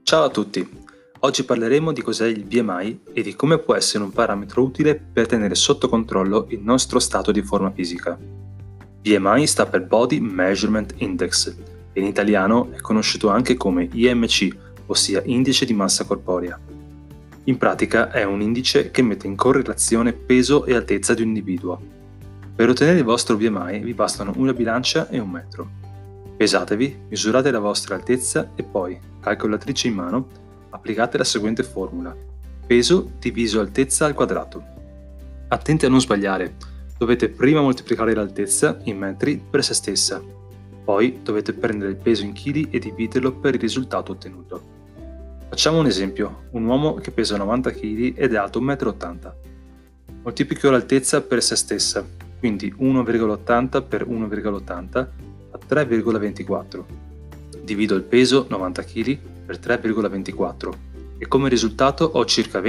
Ciao a tutti! Oggi parleremo di cos'è il BMI e di come può essere un parametro utile per tenere sotto controllo il nostro stato di forma fisica. BMI sta per Body Measurement Index e in italiano è conosciuto anche come IMC, ossia indice di massa corporea. In pratica è un indice che mette in correlazione peso e altezza di un individuo. Per ottenere il vostro BMI vi bastano una bilancia e un metro. Pesatevi, misurate la vostra altezza e poi, calcolatrice in mano, applicate la seguente formula: peso diviso altezza al quadrato. Attenti a non sbagliare, dovete prima moltiplicare l'altezza in metri per se stessa, poi dovete prendere il peso in chili e dividerlo per il risultato ottenuto. Facciamo un esempio: un uomo che pesa 90 kg ed è alto 1,80 m. Moltiplico l'altezza per se stessa, quindi 1,80 per 1,80 a 3,24. Divido il peso 90 kg per 3,24 e come risultato ho circa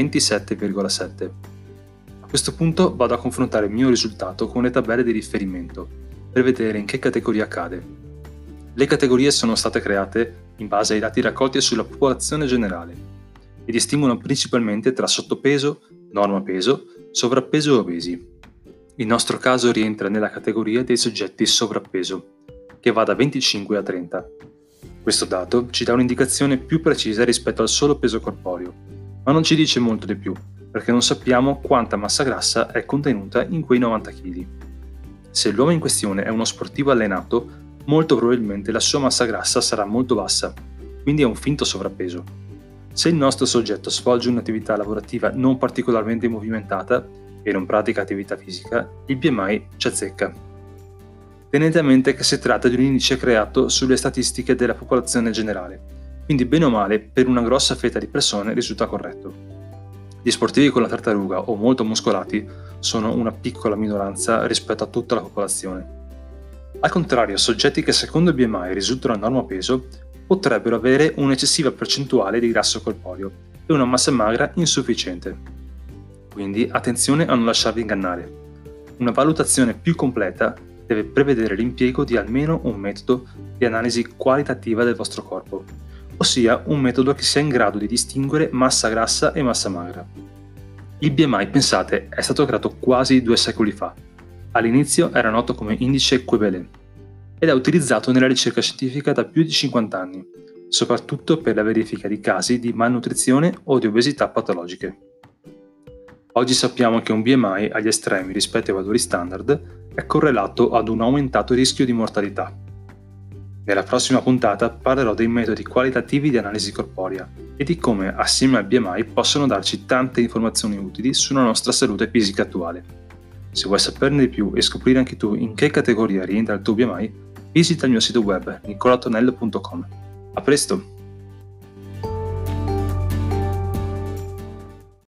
27,7. A questo punto vado a confrontare il mio risultato con le tabelle di riferimento per vedere in che categoria cade. Le categorie sono state create in base ai dati raccolti sulla popolazione generale e distinguono principalmente tra sottopeso, normapeso, sovrappeso e obesi. Il nostro caso rientra nella categoria dei soggetti sovrappeso, che va da 25 a 30. Questo dato ci dà un'indicazione più precisa rispetto al solo peso corporeo, ma non ci dice molto di più, perché non sappiamo quanta massa grassa è contenuta in quei 90 kg. Se l'uomo in questione è uno sportivo allenato, molto probabilmente la sua massa grassa sarà molto bassa, quindi è un finto sovrappeso. Se il nostro soggetto svolge un'attività lavorativa non particolarmente movimentata e non pratica attività fisica, il BMI ci azzecca. Tenete a mente che si tratta di un indice creato sulle statistiche della popolazione generale, quindi bene o male per una grossa fetta di persone risulta corretto. Gli sportivi con la tartaruga o molto muscolati sono una piccola minoranza rispetto a tutta la popolazione. Al contrario, soggetti che secondo il BMI risultano a norma peso potrebbero avere un'eccessiva percentuale di grasso corporeo e una massa magra insufficiente. Quindi attenzione a non lasciarvi ingannare. Una valutazione più completa deve prevedere l'impiego di almeno un metodo di analisi qualitativa del vostro corpo, ossia un metodo che sia in grado di distinguere massa grassa e massa magra. Il BMI, pensate, è stato creato quasi 2 secoli fa. All'inizio era noto come indice Quetelet ed è utilizzato nella ricerca scientifica da più di 50 anni, soprattutto per la verifica di casi di malnutrizione o di obesità patologiche. Oggi sappiamo che un BMI agli estremi rispetto ai valori standard è correlato ad un aumentato rischio di mortalità. Nella prossima puntata parlerò dei metodi qualitativi di analisi corporea e di come, assieme al BMI, possono darci tante informazioni utili sulla nostra salute fisica attuale. Se vuoi saperne di più e scoprire anche tu in che categoria rientra il tuo BMI, visita il mio sito web nicolatonello.com. A presto!